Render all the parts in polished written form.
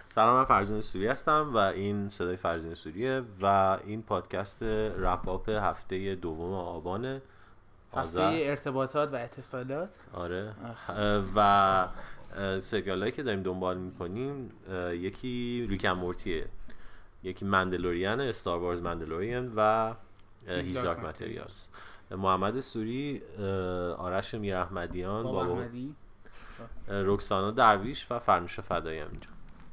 سلام، من فرزین سوری هستم و این صدای فرزین سوریه و این پادکست رپ آپ هفته دوم آبانه. هفته ارتباطات و اتصالات. آره. و سریالایی که داریم دنبال میکنیم یکی ریک اند مورتیه، یکی مندلوریان، استار وارز مندلوریان و هیز دارک ماتریالز. محمد سوری، آرش میراحمدیان، بابا احمدی، رکسانا درویش و فرنوش فدایی هم اینجا.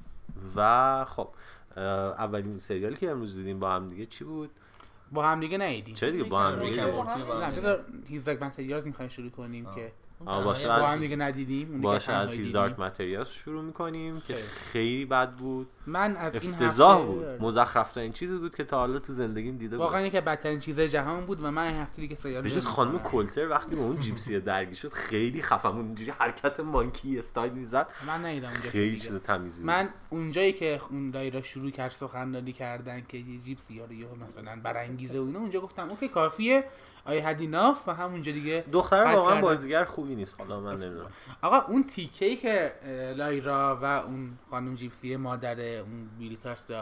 و خب اولین سریالی که امروز دیدیم با هم دیگه چی بود؟ با هم دیگه ندیدیم. چه دیگه با هم دیگه؟ نه بذار هیز دارک ماتریالز میخوایم شروع کنیم که باشه، با هم دیگه ندیدیم. باشه، از هیز دارک ماتریالز شروع میکنیم که خیلی بد بود. من از این افتضاح بود، مزخرف‌ترین چیزی بود که تا حالا تو زندگیم دیده بودم. واقعا یکی از بدترین چیزای جهان بود و من این هفته دیگه سریال بجز خانم کولتر وقتی با اون جیپسی درگیر شد خیلی خفم، اونجوری حرکت مانکی استایل میزد. من ندیدم اونجا، خیلی چیز تمیزی بود. من اونجایی که اون دایره شروع کرد سخنرانی کردن که یه جیپسی یا مثلا برانگیزه و اینا، اونجا گفتم اوکی کافیه، آی هد ایناف. و همونجا دیگه دختر واقعا بازیگر خوبی نیست. حالا من نمیدونم آقا اون تیکه‌ای که لایرا و اون خانم جیپسی مادر اون بیلکاستا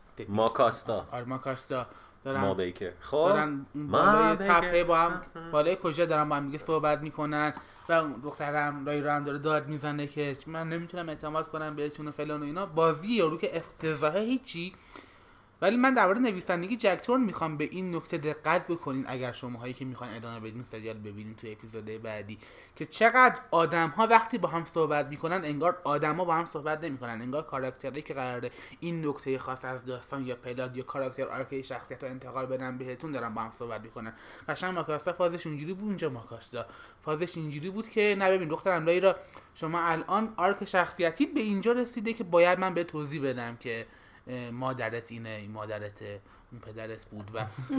ماکاستا دارن ما بیکر خب دارن بالای تپه با هم بالای کجا دارن با هم دیگه صحبت میکنن و اون دخترم لایرا هم داره داد میزنه که من نمیتونم اعتماد کنم بهتون و فلان و اینا. بازی یارو که افتضاحه هیچی. ولی من در مورد نویسندگی جک تورن میخوام به این نکته دقت بکنین اگر شماهایی که میخواین ادامه بدین سریال ببینین تو اپیزودهای بعدی، که چقدر آدم‌ها وقتی با هم صحبت میکنن انگار آدم‌ها با هم صحبت نمیکنن، انگار کاراکترایی که قراره این نکته خاص از داستان یا پلات یا کاراکتر آرک شخصیت رو انتقال بدن بهتون دارن با هم صحبت میکنن. قشنگ ماکاستا فازش اونجوری بود، اونجا ماکاستا فازش اینجوری بود که نه ببین دخترم لایرا، شما الان آرک شخصیتی به اینجا رسیده که باید من به توضیح بدم که مادرت اینه، این مادرت اون پدرت بود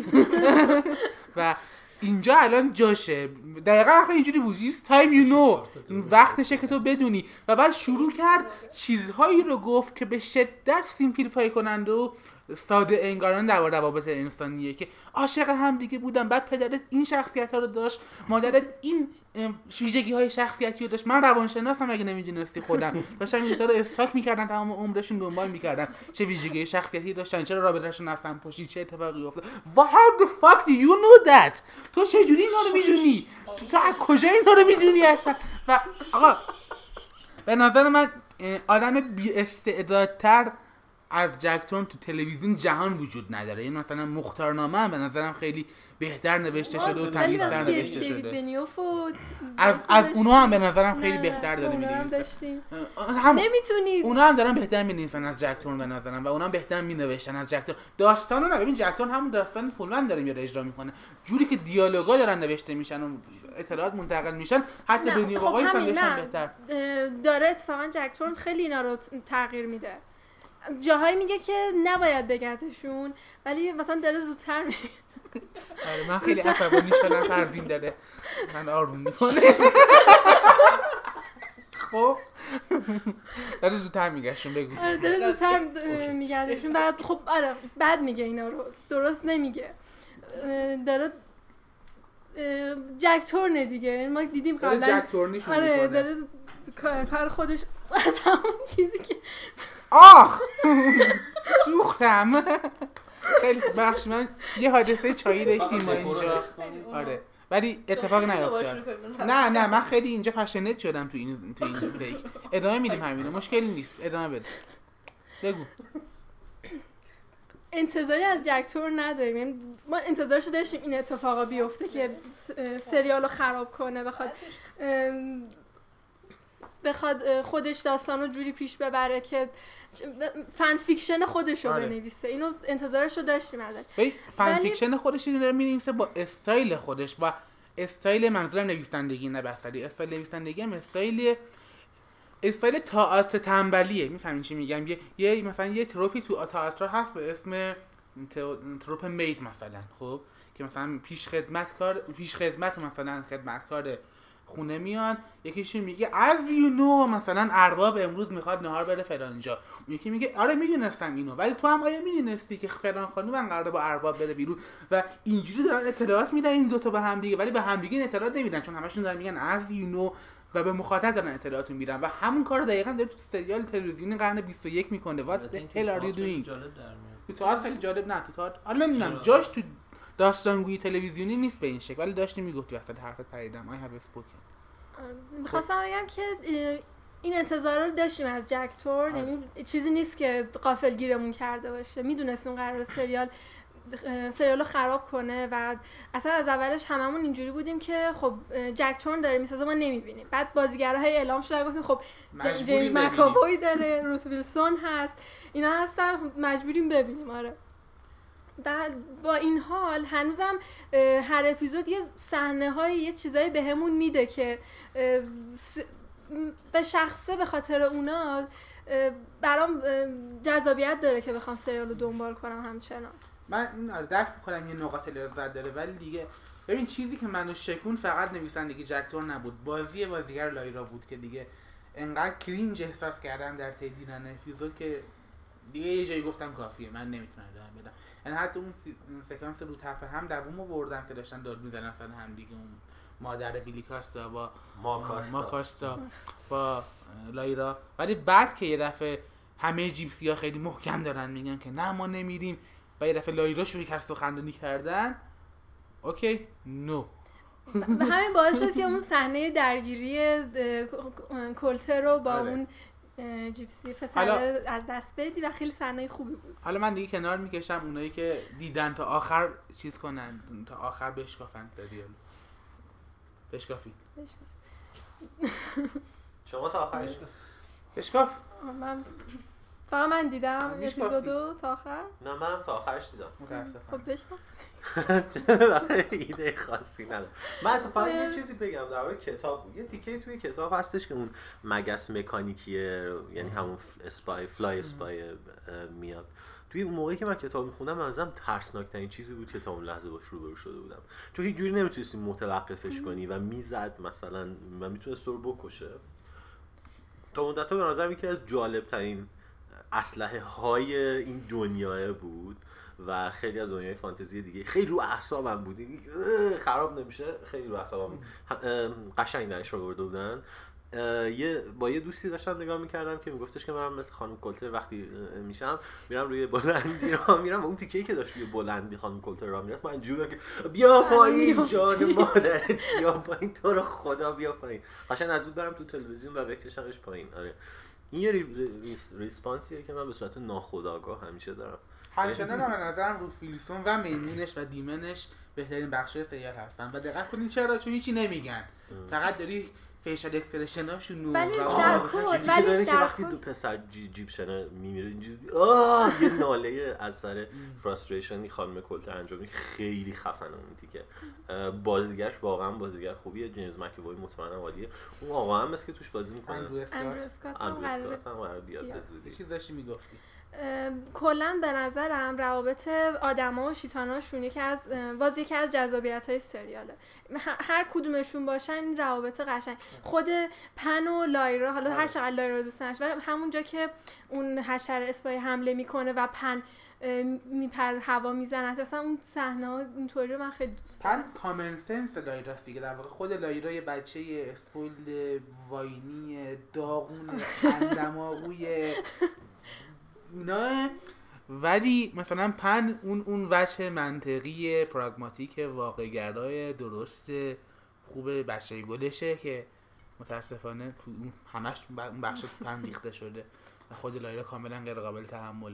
و اینجا الان جاشه. دقیقا آخه اینجوری بود It's time you know، وقتشه که تو بدونی. و بعد شروع کرد چیزهایی رو گفت که به شدت سیمپلیفای کنند و ساده انگاران در روابط انسانیه، که عاشق هم دیگه بودن، بعد پدرت این شخصیت ها رو داشت، مادرت این ویژگی های شخصیتی رو داشت. من روانشناسم اگه نمیدونستی، خودم داشتم این رو استاک میکردن، تمام عمرشون دنبال میکردن چه ویژگی شخصیتی داشتن، چرا رابطه‌شون اصلا پشید، چه اتفاقی افتاد. How the fuck do you know that؟ تو چه جوری اینا رو میدونی؟ تو از کجا اینا رو میدونی اصلا؟ و آقا به نظر من آدم بی استعدادتر از جک تورن تو تلویزیون جهان وجود نداره. این مثلا مختارنامه هم به نظرم خیلی بهتر نوشته شده و تمیزتر نوشته شده. از اونا هم به نظرم خیلی بهتر داره می‌نویسن. نمیتونید اونا هم دارن بهتر می‌نویسن از جک تورن به نظرم، و اونا هم بهتر می‌نوشتن از جک تورن. داستانو نه، ببین جک تورن همون داستان فولمن داره میاد اجرا میکنه، جوری که دیالوگا دارن نوشته میشن و اطلاعات منتقل میشن، حتی بنی بابای فندشن بهتر داره. اتفاقا جک تورن خیلی اینا رو تغییر میده. جاهایی میگه که نباید بگتشون، ولی مثلا داره زودتر میگه. آره من خیلی عصبانی شدم، فرزین داره من آروم میکنه. خب داره زودتر میگهشون، بگو. داره زودتر میگهشون، بعد خب آره بعد میگه اینا رو، درست نمیگه. داره جک تورن دیگه، ما دیدیم قبلا جک تورنیشون آره داره کار خودش از همون چیزی که سوختم. خیلی بخش من یه حادثه چایی داشتیم ما اینجا، آره ولی اتفاق نیفتاد. نه من خیلی اینجا پشنت شدم تو این تیک. ادامه میدیم همینه، مشکلی نیست، ادامه بده، بگو. انتظاری از جک تورن نداریم، یعنی ما انتظارشو داشتیم این اتفاقا بیفته که سریالو خراب کنه، بخواد خودش داستانو جوری پیش ببره که فن فیکشن خودشو بنویسه. اینو انتظارشو داشتیم ازش. فن فیکشن خودش رو می‌نویسه با استایل خودش، با استایل، منظورم نویسندگی نه بحثی، استایل نویسندگی هم استایل تئاتر تنبلیه. میفهمین چی میگم؟ یه مثلا یه تروپی تو تئاتر هست به اسم تروپ مید مثلا، خب که مثلا پیش خدمت مثلا خدمتکار خونه میان، یکیشون میگه as you know مثلا ارباب امروز میخواد نهار بره فلان جا، اون یکی میگه آره میدونستم اینو، ولی تو هم آیا میدونستی که فلان خانم قراره با ارباب بره بیرون؟ و اینجوری دارن اطلاعات میدن این دو تا به هم دیگه، ولی به هم دیگه اطلاعات نمیدن، چون همشون دارن میگن as you know و به مخاطب دارن اطلاعات میدن و همون کار دقیقاً داره تو سریال تلویزیونی قرن 21 میکنه. What the hell are you doing؟ تو تئاتر خیلی جالب، نه تو تئاتر حالا نمیدونم جاش تو داستانگویی تلویزیونی نیست به این شکل، ولی داشتی میگفتی وسط حرفت پریدم. I have spoken. میخواستم بگم که این انتظار رو داشتیم از جک تورن، یعنی چیزی نیست که غافلگیرمون کرده باشه. میدونستیم قرار سریال رو خراب کنه و اصلا از اولش هممون اینجوری بودیم که خب جک تورن داره میسازه ما نمیبینیم. بعد بازیگرای اعلام شده گفتیم خب جیمز مک‌آوی داره، روث ویلسون هست، اینا هستن، مجبوریم ببینیم. آره. با این حال هنوزم هر اپیزود یه صحنه‌های یه چیزایی بهمون میده که به شخصه به خاطر اونا برام جذابیت داره که بخوام سریال رو دنبال کنم همچنان. من این درک می‌کنم یه نقاط لذت داره، ولی دیگه ببین چیزی که منو شکون فقط نویسندگی جک تورن نبود، بازیگر لایرا بود که دیگه انقدر کرینج احساس کردم در طی دیدن اپیزود که دیگه یه جایی گفتم کافیه، من نمیتونم ادامه بدم. یعنی حتی اون سکانس رو تپه هم دووم آوردن که داشتن داد می‌زدن سر هم دیگه، اون مادر بیلی کاستا با ماکاستا با لایرا، ولی بعد که یه دفعه همه جیپسی‌ها خیلی محکم دارن میگن که نه ما نمیریم و یه دفعه لایرا شروع کرد سخنرانی کردن، اوکی نو همین باعث شد که اون صحنه درگیری کولتر رو با اون جیپسی پسر از دست بدی و خیلی صحنه خوبی بود. حالا من دیگه کنار میکشم اونایی که دیدن تا آخر چیز کنن، تا آخر بشکافن سریال. بشکافی شما تا آخر بشکاف. من دیدم اپیزودو تا آخر. نه منم تا آخرش دیدم. متاسفم. خب بشکاف. ایده خاصی ندارم. من فقط یه چیزی بگم در مورد کتاب. یه تیکه توی کتاب هستش که اون مگس مکانیکیه، یعنی همون فلای اسپای میاد. توی اون موقعی که من کتاب میخوندم منظرم ترسناکترین چیزی بود که تا اون لحظه باش روبرو شده بودم، چون هیچ جوری نمیتونستی متوقفش کنی و میزد مثلا و میتونست تو رو بکشه. تا مدت‌ها به نظرم یکی از جالب‌ترین اسلحه های این دنیاه بود و خیلی از دنیای فانتزی دیگه خیلی رو اعصابم بود، خراب نمیشه، خیلی رو اعصابم قشنگ درش آورده بودن. با یه دوستی داشتم نگاه میکردم که میگفتش که من مثل خانم کولتر وقتی میشم میرم روی بلندی راه میرم، اون تیکه‌ای که داشت روی بلندی خانم کولتر راه میرفت من جوری که بیا پایین جان مادرت، بیا پایین تو رو خدا بیا پایین، قشنگ از اون برم تو تلویزیون و بکشمش پایین. آره این یه ریسپانسیه که من به صورت ناخودآگاه همیشه دارم. همچنان به نظرم رو فیلیسون و میمونش و دیمنش بهترین بخشای سریال هستن و دقت کنید چرا، چون هیچی نمیگن، فقط داری فیشال اکسپرشناشون نور ولی در کل داره که وقتی دو پسر جیب شنه میمیره اینجوری یه ناله از سر فراستریشنی خانم کولتر انجام میده، خیلی خفنه اون تیکه. بازیگرش واقعا بازیگر خوبیه، جیمز مک‌آوی مطمئنم عالیه. اون آقا هم مثل که توش بازی میکنه، اندرو اسکات هم قراره بیاد به زودی. چیزی داشتی میگفتی؟ کلا به نظرم روابط آدما و شیطاناشون یکی از جذابیت‌های سریاله. هر کدومشون باشن این روابط قشنگ. خود پن و لایرا، حالا هر چقدر لایرا دوست داشت، ولی همونجا که اون حشره اسپای حمله میکنه و پن میپر هوا میزنه، مثلا اون صحنه‌ها اینطوری من خیلی دوست دارم. پن کامن سنس لایراست دیگه، در واقع خود لایرا یه بچه اسپویل واینی داغون اندماغوی اینا، ولی مثلا پن اون وجه منطقی پراگماتیک واقع‌گرای درست خوب بچه گلشه که متاسفانه همش اون بخش تو پن ریخته شده و خود لایرا کاملا غیر قابل تحمله.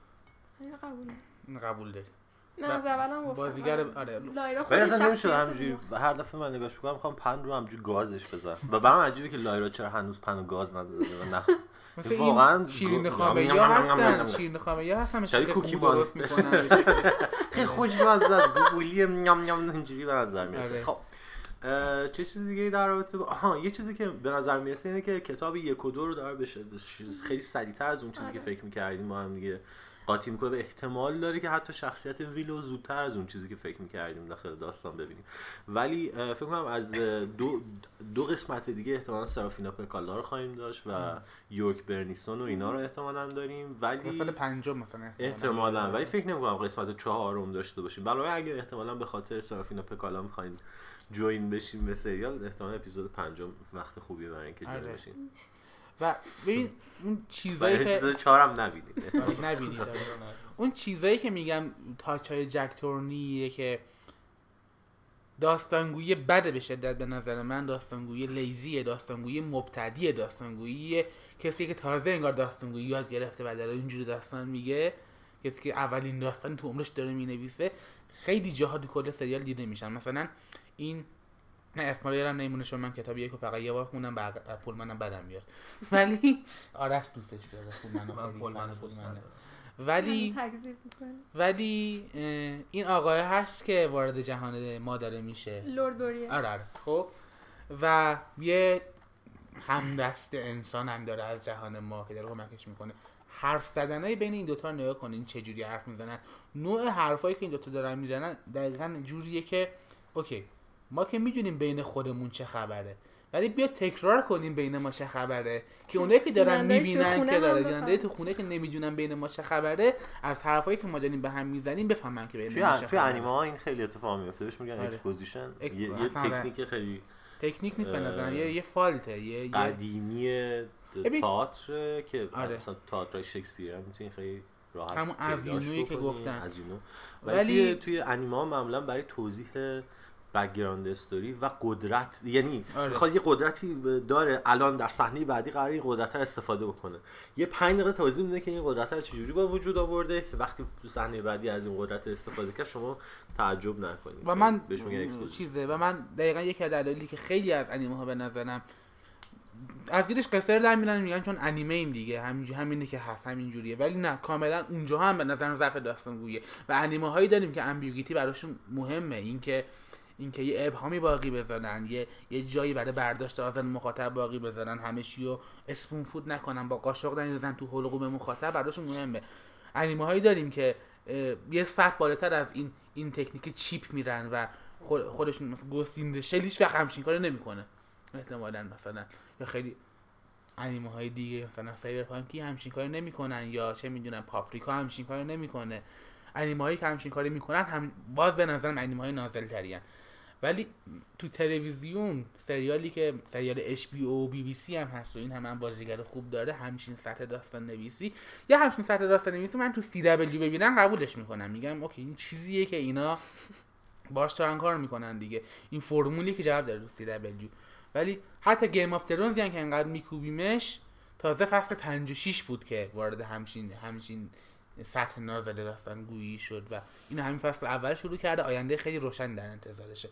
قبول داری؟ نه از اولم گفتم بازیگر آره لایرا خودش نمیشه همینجوری هر دفعه من نگاش می‌کنم می‌خوام پن رو همینجوری گازش بزنم و برام عجیبه که لایرا چرا هنوز پن و گاز نداده و نه واقعا شیرین خامه‌ای هستن، شیرین خامه‌ای هستن شاید کوکی درست می‌کنن خیلی خوشمزه است، گوگولی نام نام اینجوری به نظر میاد. خب چه چیز دیگه در رابطه یه چیزی که به نظر میرسه اینه که کتاب 1 و 2 رو داره بشه خیلی سریع‌تر از اون چیزی که فکر می‌کردیم ما هم دیگه قاطی میکنه و احتمال داره که حتی شخصیت ویلو زودتر از اون چیزی که فکر میکردیم داخل داستان ببینیم. ولی فکر کنم از دو قسمت دیگه احتمالا سرافینا پکالا رو خواهیم داشت و یورک برنیسون و اینا رو احتمالا داریم، ولی قسمت 5 مثلا احتمالا ولی فکر نمیکنم قسمت 4 داشته باشیم. برای اگه احتمالا به خاطر سرافینا پکالا میخواین جوین بشیم به سریال، احتمال اپیزود 5 وقت خوبیه برای اینکه جوین بشیم. و ببین اون چیزایی که اپیزود 4 هم نبینید اون چیزایی که میگم تاچای جک تورنیه که داستانگویی بده به شدت به نظر من، داستانگویی لیزیه، داستانگویی مبتدیه، داستانگویی کسی که تازه انگار داستانگویی یاد گرفته و داره اینجوری داستان میگه، کسی که اولین داستان تو عمرش داره مینویسه. خیلی جاها تو کل سریال دیده میشن. مثلا این نه اسما رو یادم نمیمونه چون من کتاب یکو فقط یه بار خوندم، بعد پولمنم بدم میاد، ولی آرش دوستش داره پولمنو ولی این آقای هست که وارد جهان ما داره میشه، لورد بوریه. آره خب، و یه همدست انسان هم داره از جهان ما که داره کمکش میکنه. حرف زدنای بین این دوتا رو نگاه کنین چجوری حرف میزنن، نوع حرفایی که این دوتا دارن میزنن دقیقاً جوریه که اوکی ما که میدونیم بین خودمون چه خبره، ولی بیا تکرار کنیم بین ما چه خبره که اونایی که دارن میبینن که داره گیرنده تو خونه که نمیدونن بین ما چه خبره، از حرفایی که ما داریم به هم میزنیم بفهمن که بین ما چه خبره. توی انیمه ها این خیلی اتفاق میفته، بهش میگن اکسپوزیشن. یه تکنیک خیلی تکنیک نیست به نظرم، یه فالته، یه قدیمی تئاتر که مثلا تئاتر شکسپیر هم میتونین خیلی راحت همون ازیونویی که گفتن ولی توی انیمه ها معمولا برای توضیح بک‌گراند استوری و قدرت، یعنی میخواد یه قدرتی داره الان در صحنه بعدی قراره این قدرت رو استفاده بکنه، یه 5 دقیقه توضیح میده که این قدرت رو چجوری با وجود آورده که وقتی تو صحنه بعدی از این قدرت استفاده کرد شما تعجب نکنید. و من بهش میگن اکسپوزیشن. و من دقیقاً یکی از دلایلی که خیلی از انیمه ها به نظرم از زیرش قصر در میرن میگن چون انیمه ایم دیگه همینه که هست همینجوریه، ولی نه کاملا اونجا هم به نظر ضعف داستانگویی و انیمه هایی داریم که امبیگویتی براشون مهمه، اینکه یه ابهامی باقی بذارن، یه جایی برای برداشت آزاد مخاطب باقی بذارن، همه چی رو اسپون فود نکنن، با قاشق نریزن تو حلقوم مخاطب، براشون مهمه. انیمه هایی داریم که یه سطح بالاتر از این تکنیک چیپ میرن و خودشون گوستین شل هیچ وقت همچین کارو نمیکنه احتمالاً، مثلا یا خیلی انیمه های دیگه مثلا سایبرپانکی همچین کارو نمیکنن، یا چه میدونم پاپریکا همچین کارو نمیکنه. انیمه هایی که همچین کارو میکنن هم باز به نظرم انیمه های نازل ترین. ولی تو تلویزیون سریال HBO و BBC هم هست و این هم بازیگر خوب داره، همچین سطح داستان نویسی یا همچین سطح داستان نویسی من تو CW ببینم قبولش میکنم، میگم اوکی این چیزیه که اینا باش دارن کار میکنن دیگه، این فرمولی که جواب داره تو CW. ولی حتی گیم آف ترونز یعنی که انقدر میکوبیمش تازه فصل 5 و 6 بود که وارد همچین سطح نازل داستان گویی شد و این همین فصل اول شروع کرده، آینده خیلی روشن در انتظارشه.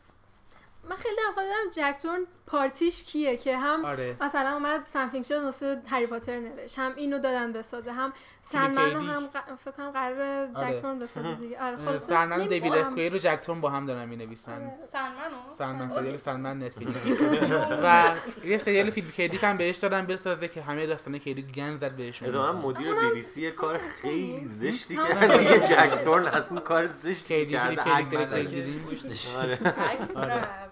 من خیلی دارم جک تورن پارتیش کیه که هم مثلا اومد فن فیکشن واسه هری پاتر نوشت، هم اینو دادن بسازه، هم سندمن رو هم فکر کنم قرار جک تورن بسازه دیگه. آره سندمن و دیوید اسکوئر رو جک تورن با هم دارن مینویسن. سندمن سریال سندمن نتفلیکس و یه سریال فیلم کیدیک هم بهش دادن بسازه که همه داستان کیدیک گند زد بهشون. اتفاقا مدیر BBC کار خیلی زشتی کرد، یه جک تورن اصلا کار زشتی کرد، عکس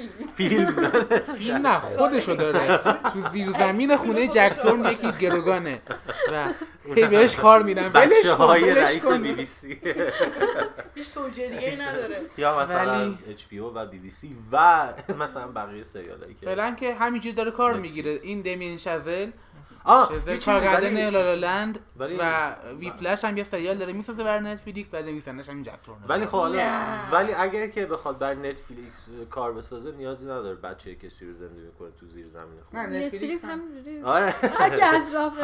فیلم نه خودشو داره تو زیر زمین خونه جک تورن یکی گروگانه و هی بهش کار میدن، ولش کن رئیس BBC هیچ توجیه دیگه نداره. یا مثلا HBO و BBC و مثلا بقیه سریالایی که فعلا که همینجوری داره کار میگیره. این دمین شازل کارگردان لالاند و وی پلاش هم یه سریال داره میسازه برای نتفلیکس و نویسندش هم جک تورن. ولی خب ولی اگر که بخواد برای نتفلیکس کار بسازه نیازی نداره بچه کسی رو زندگی کنه تو زیر زمین خونه. نه نتفلیکس همینجوری آره هر اطراف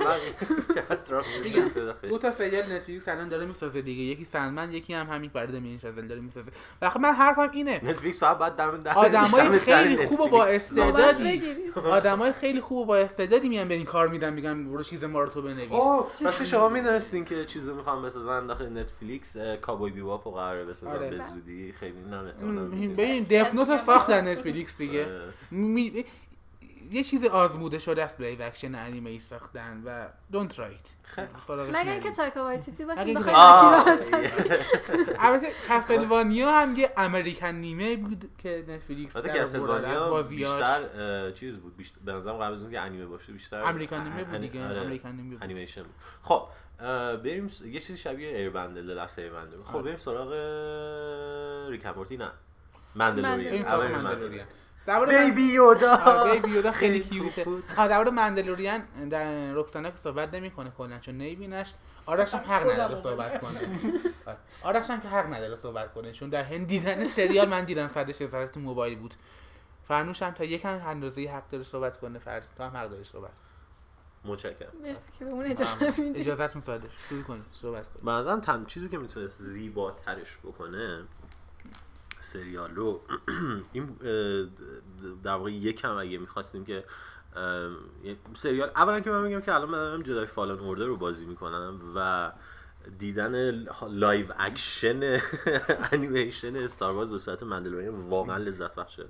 دو تا سریال نتفلیکس الان داره میسازه دیگه، یکی سندمن یکی هم همین برای دمین شازل داره میسازه. و خب من حرفم اینه نتفلیکس فقط بعد آدمای خیلی خوب و با استعدادی آدمای خیلی خوب و با استعدادی میان به کار میدم میگم برو چیز ما رو تو بنویس. واسه شما میدونستین که چیزو میخوام بسازن داخل نتفلیکس، کابوی بیواپو قراره بسازن به زودی، خیلی نمیتونم ببین دف نوت ساختن نتفلیکس دیگه یه چیز آزموده شده است لایو اکشن انیمه ای ساختن و دونت رایت مگر اینکه تایکا وایتیتی باشه بخوای البته کاسلوانیا هم یه امریکن نیمه بود که نتفلیکس کاسلوانیا بیشتر چیز بود، بیشتر به نظرم قبل از اون که انیمه باشه بیشتر امریکن نیمه بود دیگه، امریکن نیمه بود انیمیشن. خب بریم یه چیزی شبیه ایربندل لاست ایربندل. خب بریم سراغ ریک اند مورتی. نه مندلوریان بیبی یودا خیلی کیوته. درباره مندلوریان در رکسانا که صحبت نمی‌کنه کلا چون نمی‌بینش. آرش هم حق نداره صحبت کنه. آرش هم که حق نداره صحبت کنه چون در هند دیدن سریال من دیدم فردش از تو موبایل بود. فرنوش هم تا یکم اندازه‌ای حق داره صحبت کنه. فرض تو هم حق داری صحبت کنی. متشکرم. مرسی که بهمون اجازه میدید. اجازهتون سوالش شروع کنید صحبت کنید. بعضن چیزی که میتونست زیباترش بکنه سریال رو این در واقع یکم اگه می‌خواستیم که سریال اولا که من میگم که الان من جدای فالن اوردر رو بازی میکنم و دیدن لایو اکشن انیمیشن استار وارز به صورت مندلوریان واقعا لذت بخشه.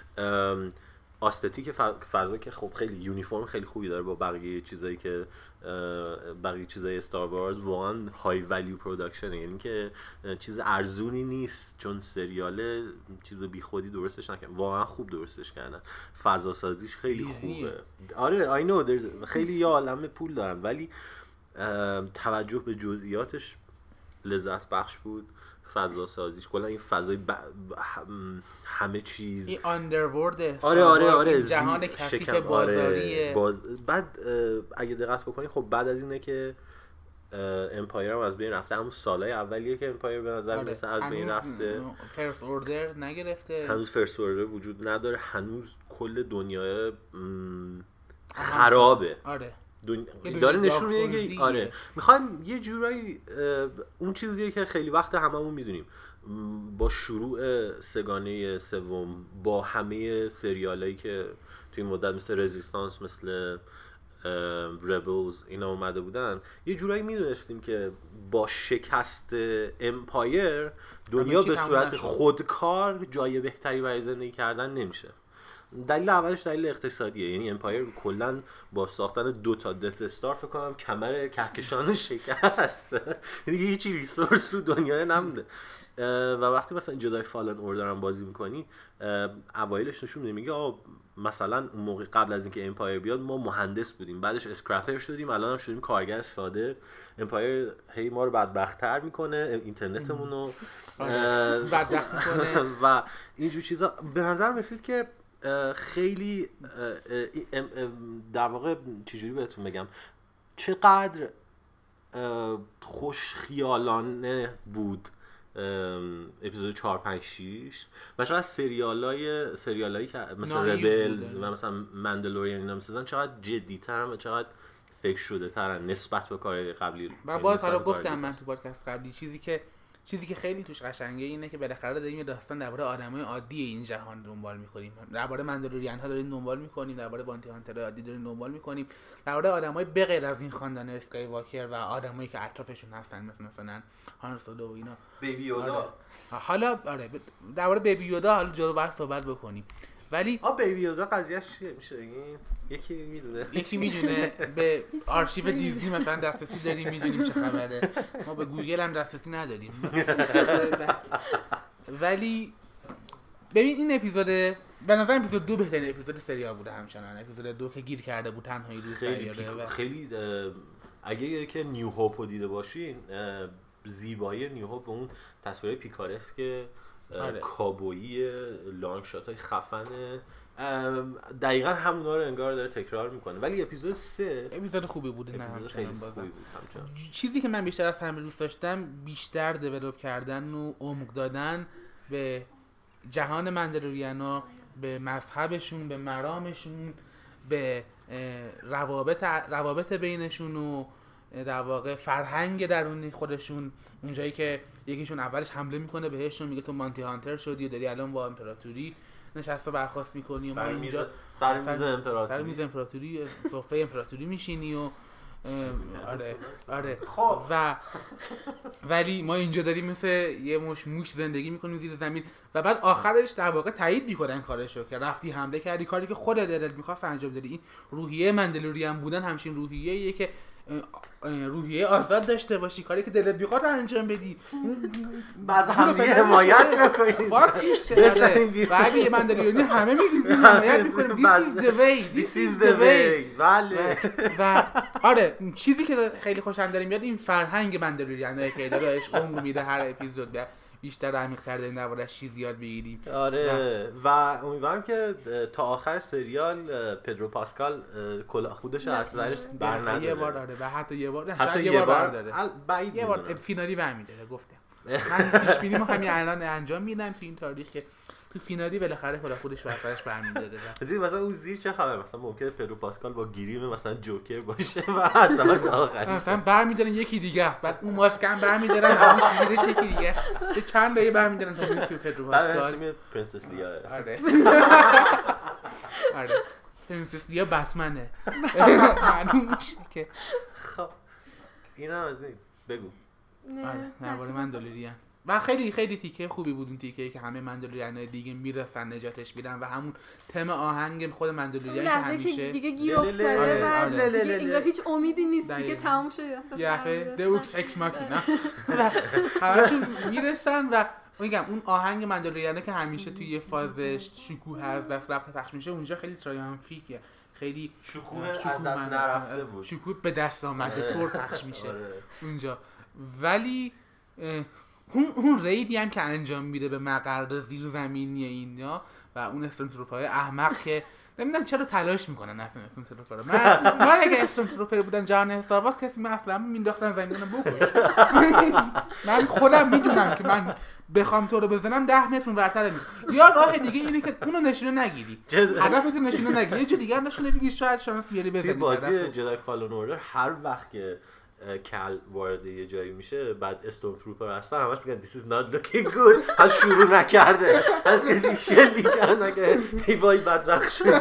آستتیک فضا که خب خیلی یونیفرم خیلی خوبی داره با بقیه چیزایی که بقیه چیزای استار وارز واقعا های ولیو پروداکشن، یعنی که چیز ارزونی نیست چون سریال چیز بیخودی درستش نکردن، واقعا خوب درستش کردن، فضا سازیش خیلی خوبه. آره آی نو خیلی یه عالمه پول دارن ولی توجه به جزئیاتش لذت بخش بود. فضا سازیش کلا این فضای همه چیز این آندرورلد آره جهان کثیف بازاریه. بعد اگه دقت بکنی خب بعد از اینه که امپایر هم از بین رفته، همون سالهای اولیه که امپایر به نظر میرسه از بین رفته، فرست اوردر نگرفته، هنوز فرست اوردر وجود نداره، هنوز کل دنیا خرابه. آره داره نشون میده که آره میخوایم یه جورایی اون چیزیه که خیلی وقت هممون میدونیم با شروع سگانه سوم با همه سریالایی که توی این مدت مثل رزیستانس مثل ربلز اینا اومده بودن یه جورایی میدونستیم که با شکست امپایر دنیا به صورت خودکار جای بهتری برای زندگی کردن نمیشه. دلیل اولش دلیل اقتصادیه، یعنی امپایر کلا با ساختن 2 تا دث استار فکر کنم کمر کهکشان شکست، دیگه هیچی ریسورس رو دنیا نمونده. و وقتی مثلا جدای فالن اوردر هم بازی میکنی اوایلش نشون میده میگه مثلا اون موقع قبل از اینکه امپایر بیاد ما مهندس بودیم، بعدش اسکرپر شدیم، الان هم شدیم کارگر ساده. امپایر هی ما رو بدبخت‌تر میکنه، اینترنتمون رو بدبخت میکنه و اینجور چیزا. به نظر میاد که خیلی در واقع چجوری بهتون بگم چقدر خوش خیالانه بود اپیزود 4 5 6 و شاید سریالایی که مثلا ربلز و مثلا مندلوریان اینا میسازن چقدر جدی‌ترن و چقدر فکر شده ترن نسبت به کارهای قبلی. و باز حالا گفتم من تو پادکست قبلی چیزی که خیلی توش قشنگه اینه که بالاخره داریم یه داستان درباره آدمای عادی این جهان دنبال می‌کنیم، درباره مندلوریان ها داریم دنبال می‌کنیم، درباره بانتی هانتر عادی داریم دنبال می‌کنیم، درباره آدمای بغیر از این خاندان اسکای واکر و آدمایی که اطرافشون هستن مثلا هان سولو و اینا، بیبی یودا. حالا آره درباره بیبی یودا حالا جلوتر صحبت بکنیم. ولی بیبی یودا قضیهش چیه میشه بگین؟ یکی میدونه به آرشیو دیزنی مثلا دسترسی داریم میدونیم چه خبره، ما به گوگل هم دسترسی نداریم. ولی ببین این اپیزود به نظر اپیزود 2 بهترین اپیزود سریال بوده همچنان. اپیزود 2 که گیر کرده بود تنهایی روی سیاره خیلی اگه که نیو هاپ رو دیده باشین زیبایی نیو هاپ اون تصویر پیکارسک کابویی لانگ شات های خفنه دقیقا همونا رو انگار داره تکرار میکنه. ولی اپیزود 3 اپیزود خوبی بوده، نه همچنان بازم چیزی که من بیشتر از همه دوست داشتم بیشتر دیولپ کردن و عمق دادن به جهان مندلوریانا، به مذهبشون، به مرامشون، به روابط بینشون و در واقع فرهنگ درونی خودشون. اونجایی که یکیشون اولش حمله میکنه بهشون میگه تو مانتی هانتر شدی و داری الان با امپراتوری نشسته برخواست میکنی و ما اینجا سر میز امپراتوری سفره امپراتوری میشینی و آره خب ولی ما اینجا داریم مثل یه موش زندگی میکنیم زیر زمین و بعد آخرش در واقع تایید میکنن کارشو که رفتی حمله کردی، کاری که خودت دلت میخواست انجام دادی. این روحیه مندلوریان بودن همچین روحیه‌ایه که روحیه آزاد داشته باشی، کاری که دلت میخواد انجام بدی، بعضی هم حمایت میکنید و اگه مندلوریانی همه میگیم حمایت میکنیم this is the way. بله و آره چیزی که خیلی خوشم داره میاد این فرهنگ مندلوریانه که داره عشق عمق میده هر اپیزود. بیشتر عمیق‌تر داریم درباره‌اش چیز یاد بگیریم. آره و امیدوارم که تا آخر سریال پدرو پاسکال کلاه خودش از سرش بر نداره. یه بار داره و حتی یه بار برداره. بعید یه بار فینالی برمی‌داره گفتم. من پیش بینیمو همین الان انجام میدم تو این تاریخ که تو فینالی بالاخره کلاه خودش بر سرش برمی‌داره. مثلا اون زیر چه خبر؟ مثلا ممکنه پدرو پاسکال با گیریم مثلا جوکر باشه و اصلا تا آخر مثلا برمی‌دارن یکی دیگه است، بعد اون ماسکم برمی‌دارن اون زیرش یکی دیگه است. چند لایه برمی‌دارن تا میرسه پدرو پاسکال. پرنسس لیا. آره پرنسس لیا بتمنه. معلوم میشه که خب اینا از این بگو. نه ماندلوریان و خیلی خیلی تیکه خوبی بود اون تیکه‌ای که همه ماندلوریان‌های دیگه میرسن نجاتش میدن و همون تم آهنگ خود ماندلوریان که همیشه دیگه گیر افتاده و دیگه انگار هیچ امیدی نیست دیگه تموم شد یه دوکس اکس ماکینا همشون میرسن و میگم اون آهنگ ماندلوریانه که همیشه توی یه فازش شکوه از دست رفته پخش میشه اونجا خیلی ترایامفیکه، خیلی شکوه از دست نرفته بود، شکوه به دست آمده طور پخش میشه اونجا. ولی اون ریدی هم که انجام میده به مقر زیر زمینی اینا و اون استنتروپای احمق که نمیدونم چرا تلاش میکنن اصلا استنتروپا رو. من اگه استنتروپا بودم جهان استارواز کسی من اصلا مینداختن زمین رو بکش. من خودم میدونم که من بخوام تو رو بزنم 10 متر ورتر میاد. یا راه دیگه اینه که اونو نشونه نگیری، هدفت نشونه نگیری، یه جور دیگه نشونه بگیری شاید شانس بیاری بزنی. بازی جدای فالون اوردر هر وقت که کل وارد یه جایی میشه بعد استورم تروپر هستن همش میگن this is not looking good. از شروع نکرده از کسی شلی کرده که هیوای بدبخت شده.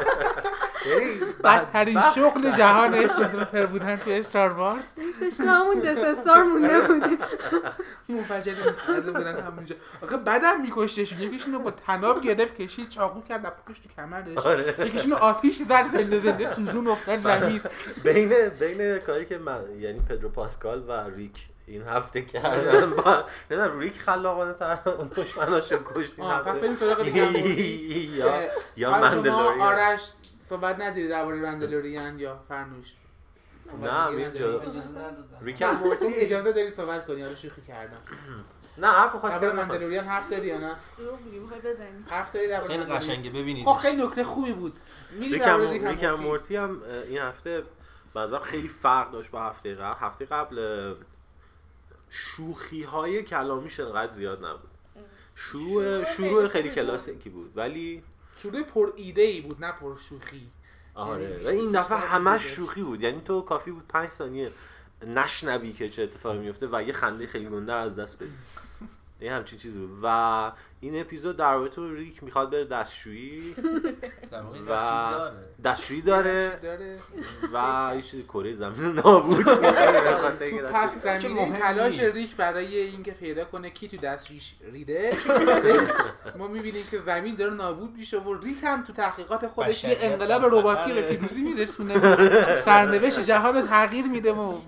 بدترین شغل جهان استورم بودن توی استار وارز. داشت همون دسستار مونده بودیم منفجر می‌کرده بودن همونجا. آخه بعدم می‌کشتشون، یکیشون رو با طناب گرفت کشید چاقو کرد پشت تو کمرش، یکیشون رو آتیش زد زنده سوزون افتاد زمین. بین کاری که من یعنی پدرو پاسکال و ریک این هفته کردن با نه ریک خلاقانه تر اون دشمناشو کشت این هفته یا ماندلوریان. آرش صحبت نداری درباره ماندلوریان یا فرنوش؟ نه ریک هم مورتی اجازه داری صحبت کنی؟ آره شوخی کردم. نه حرف خاصی درباره ماندلوریان حرف داری یا نه؟ میخوای بزنیم حرف داری درباره خیلی قشنگه ببینید. خب خیلی نکته خوبی بود. ریک هم مورتی هم این هفته بازم خیلی فرق داشت با هفته قبل شوخی‌های کلامیش انقدر زیاد نبود. شروع خیلی کلاسیکی بود ولی شروع پر ایده‌ای بود نه پر شوخی. آره و این دفعه همش شوخی بود، یعنی تو کافی بود 5 ثانیه نشنوی که چه اتفاقی میفته و یه خنده خیلی گنده از دست بدی. این همچین چیزی بود و این اپیزود در واقع تو ریک میخواد بره دستشویی و دستشویی داره و یه چیز کره زمین نابود پس زمینه تلاش ریک برای اینکه پیدا کنه کی تو دستشوییش ریده ما میبینیم که زمین داره نابود میشه و ریک هم تو تحقیقات خودش یه انقلاب رباتی به پیروزی میرسونه و سرنوشت جهان رو تغییر میده و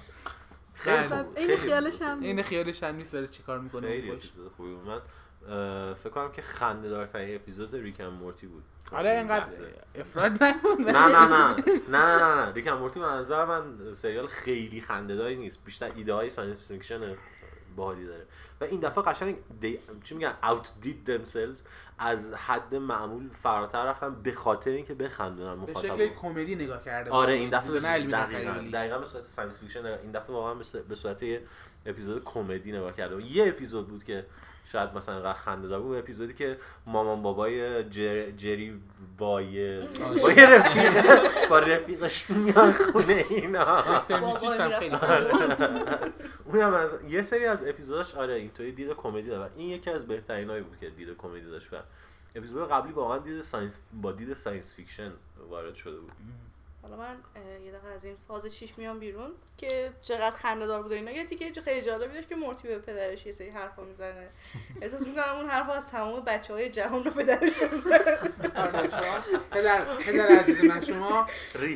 این خیالش هم نیست داره چیکار میکنه. خیلی اپیزود خوبی بود. من فکر کنم که خنده دارترین اپیزود ریک اند مورتی بود. آره اینقدر افراد نکن. نه ریک اند مورتی به نظر من سریال خیلی خنده داری نیست، بیشتر ایده های ساینس فیکشن باحالی داره و این دفعه قشنگ چی میگن outdid themselves، از حد معمول فراتر رفتن به خاطر اینکه بخندونن مخاطب. به شکل کمدی نگاه کرده. آره این دفعه دقیقاً به صورت ساینس فیکشن، این دفعه واقعا به صورت یه اپیزود کمدی نگاه کرده. یه اپیزود بود که شاید مثلا انقدر خنده دار بود، اپیزودی که مامان بابای جری با رفیقش میان خونه اینا. اونم از یه سری از اپیزوداش آره اینطوری دید کمدی داره و این یکی از بهترینایی بود که دید کمدی داشت و اپیزود قبلی واقعا دید ساینس فیکشن وارد شده بود. حالا من یه دقیقه از این فاز 6 میام بیرون که چقدر خنده‌دار بود اینا. یه تیکه خیلی جالبی داشت که مورتی به پدرش یه سری حرفا میزنه. احساس می‌کنم اون حرفا از تمام بچه‌های جهان رو پدرش میزنه. آره پدر عزیز من شما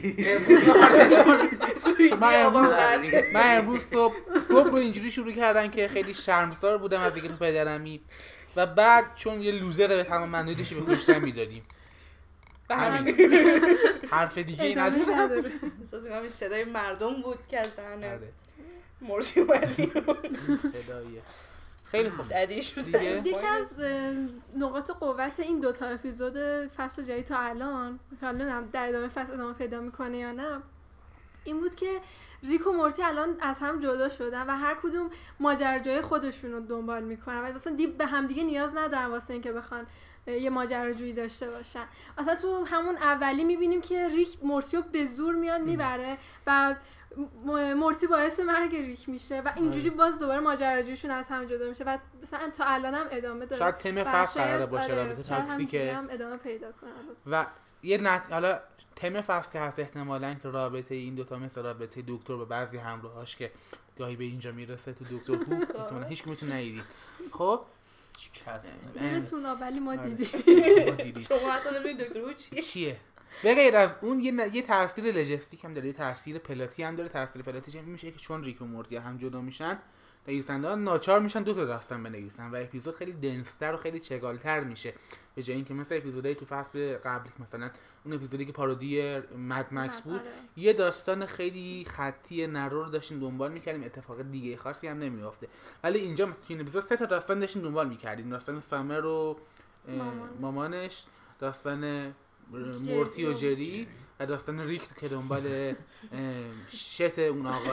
من امروز صبح رو اینجوری شروع کردن که خیلی شرمسار بودم از اینکه پدرمی و بعد چون یه لوزر به تمام معنیش به کشتن میدادیم. همین حرف دیگه ای نداره. احساس می‌کنم این صدای مردم بود که از ذهن مورتی اومد بیرون. صداییه. خیلی خوب. یکی از نقاط قوت این دوتا اپیزود فصل جدید تا الان، حالا نمیدونم در ادامه فصل ادامه پیدا میکنه یا نه، این بود که ریک و مورتی الان از هم جدا شدن و هر کدوم ماجراجوی خودشون رو دنبال میکنن و مثلا به همدیگه نیاز ندارن واسه اینکه بخوان یه ماجراجویی داشته باشن. اصلا تو همون اولی میبینیم که ریک مورتی رو به زور میاد میبره و مورتی باعث مرگ ریک میشه و اینجوری باز دوباره ماجراجویشون از هم جدا میشه و مثلا تا الان هم ادامه داره. شاید تم فصل قراره باشه رابطه تاکسیکه هم ادامه پیدا کنه و حالا تم فصل که هست احتمالاً که رابطه این دوتا مثل رابطه دکتر به بعضی همراهاش که گاهی به اینجا میرسه تو دکتر هو احتمالاً هیچ کدومتون ندیدید. خب دلتون ولی ما دیدیم. شما حتی نمیدونید دکتر هو چیه؟ به غیر از اون یه تاثیر لوجستیک هم داره، یه تاثیر پلاتی هم داره. تاثیر پلاتی چه میشه که چون ریک و مورتی هم جدا میشن، نویسنده‌ها ناچار میشن دو تا داستان بنویسن و اپیزود خیلی دنس‌تر و خیلی چگال‌تر میشه، به جای اینکه مثل اپیزودهای تو فصل قبلی مثلا اون اپیزودی که پارودی مد مکس بود یه داستان خیلی خطی نرو رو داشتیم دنبال می‌کردیم، اتفاق دیگه خاصی هم نمی‌افته. ولی اینجا مثلا این اپیزود سه تا داستان داشتیم دنبال می‌کردیم، داستان سامر و مامانش، داستان مورتی و جری و داستان ریک که دنبال شت اون آقا.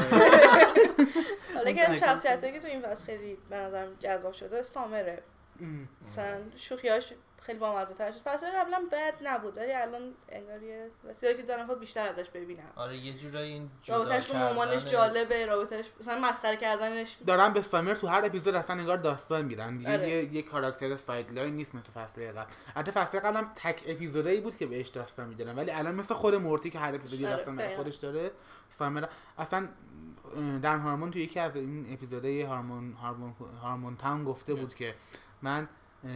حالا که از شخصیتایی که تو این فصل خیلی به نظرم جذاب شده سامره، مثلا شوخیاش خیلی بامزه‌تر شد. فصل قبلا بد نبود ولی الان انگار یه واسه که دارم خود بیشتر ازش ببینم. آره یه جورایی این جدا رابطه‌اش با مامانش جالبه، رابطه‌اش مثلا مسخره کردنش دارن به سامر تو هر اپیزود اصلا انگار داستان میدن. یه کاراکتر ساید لاین نیست مثل فصل قبل. البته فصل قبل هم تک اپیزودایی بود که بهش داستان میدادن ولی الان مثل خود مورتی که هر اپیزودی داستان خودش داره. سامر اصلا در هارمون تو یکی از این اپیزودهای هارمون تاون گفته بود که من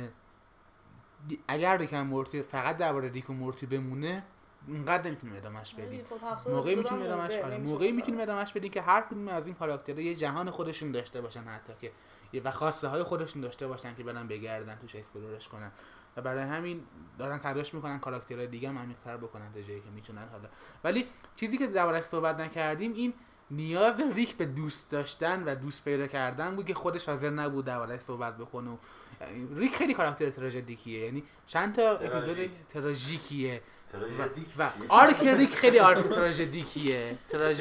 اگر ریک و مورتی فقط درباره ریک و مورتی بمونه اینقدر نمیتونیم ادامهش بدیم. موقعی میتونیم ادامهش بدیم که هر کدوم از این کاراکترها یه جهان خودشون داشته باشن، حتی که و خواسته های خودشون داشته باشن که برن بگردن توش اکسپلورش کنن و برای همین دارن تلاش میکنن کاراکترهای دیگه هم عمیق‌تر بکنن تا جایی که میتونن. حالا ولی چیزی که دربارش صحبت نکردیم این نیاز ریک به دوست داشتن و دوست پیدا کردن بود که خودش حاضر نبود دربارش صحبت بکنه. ریک خیلی کاراکتر تراژدیکیه، یعنی چند تا اپیزود تراژیکیه و آرک ریک خیلی آرک تراژدیکیه.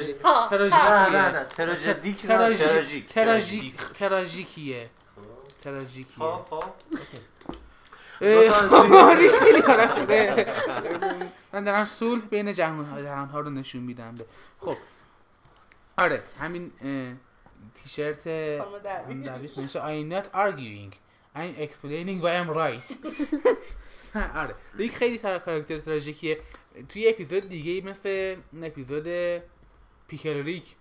تراژیکیه. ریک خیلی کاراکتره. من دارم صلح بین جهان‌ها رو نشون میدم. خب آره همین تیشرت درویش نمیشه I'm not arguing I'm explaining why I'm right. آره ریک خیلی کاراکتر تراژیکیه. توی اپیزود دیگه مثل اپیزود پیکل ریک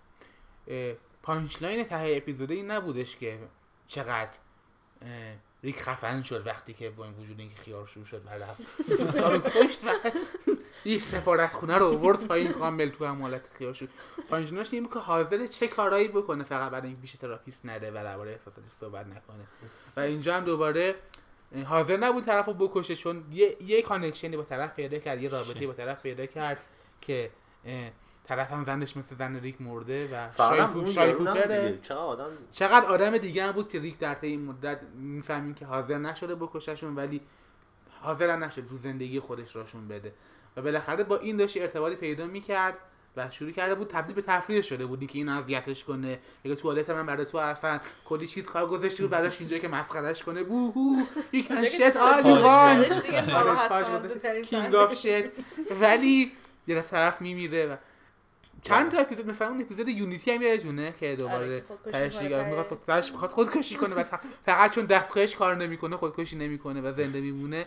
پانچ لاین ته اپیزود این نبودش که چقدر ریک خفن شد وقتی که با این وجود اینکه خیار شروع شد و رفت کشت و یه سفارت خونه رو آورد پایین کامل تو هم حالت خیار شد. پانچ این که حاضر چه کارهایی بکنه فقط برای اینکه پیش تراپیست نده و درباره احساساتش صحبت نکنه و اینجا هم دوباره حاضر نبود طرفو بکشه چون یه کانکشنی با طرف پیدا کرد، یه رابطه‌ای با طرف پیدا کرد که طرف هم زنش مثل زن ریک مرده و شایپوکره. چقدر آدم دیگه هم بود که ریک در طی این مدت میفهمیم که حاضر نشده بکششون ولی حاضر نشد تو زندگی خودش راشون بده و بالاخره با این داشت ارتباطی پیدا میکرد و شروع کرده بود تبدیل به تفریح شده بودی که این اذیتش کنه، میگه توالت من برای تو اصلا کلی چیز کار گذاشتی رو براش اینجا که مسخرهش کنه بوهو you can shit all you want king of shit ولی یه طرف میمیره و چند تا اپیزود مثلا اون اپیزود یونیتی هم یادتونه که دوباره میخواد خودکشی کنه و فقط چون دستگاهش کار نمیکنه خودکشی نمیکنه و زنده میمونه.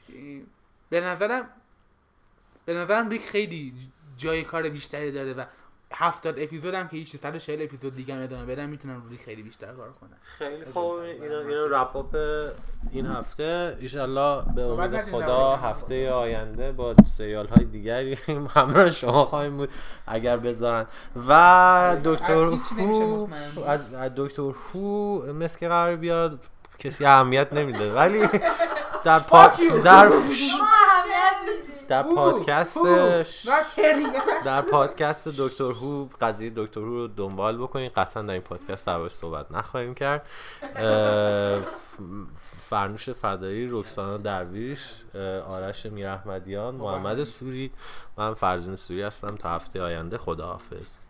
به نظرم ریک خیلی جای کار بیشتری داره و 70 اپیزود هم که هیچ 140 اپیزود دیگه هم ادامه بدن میتونن روی خیلی بیشتر کار کنن. خیلی خوب. اینو رپ اپ این هفته ان شاءالله به امید خدا هفته آینده با سریال های دیگری همراه شما خواهیم بود اگر بذارن و دکتر هو از دکتر هو مسک قرار بیاد کسی اهمیت نمیده ولی در در پادکست دکتر هو قضیه دکتر هو رو دنبال بکنید. قطعا در این پادکست دربارش صحبت نخواهیم کرد. فرنوش فدایی، رکسانا درویش، آرش میراحمدیان، محمد سوری، من فرزین سوری هستم. تا هفته آینده خداحافظ.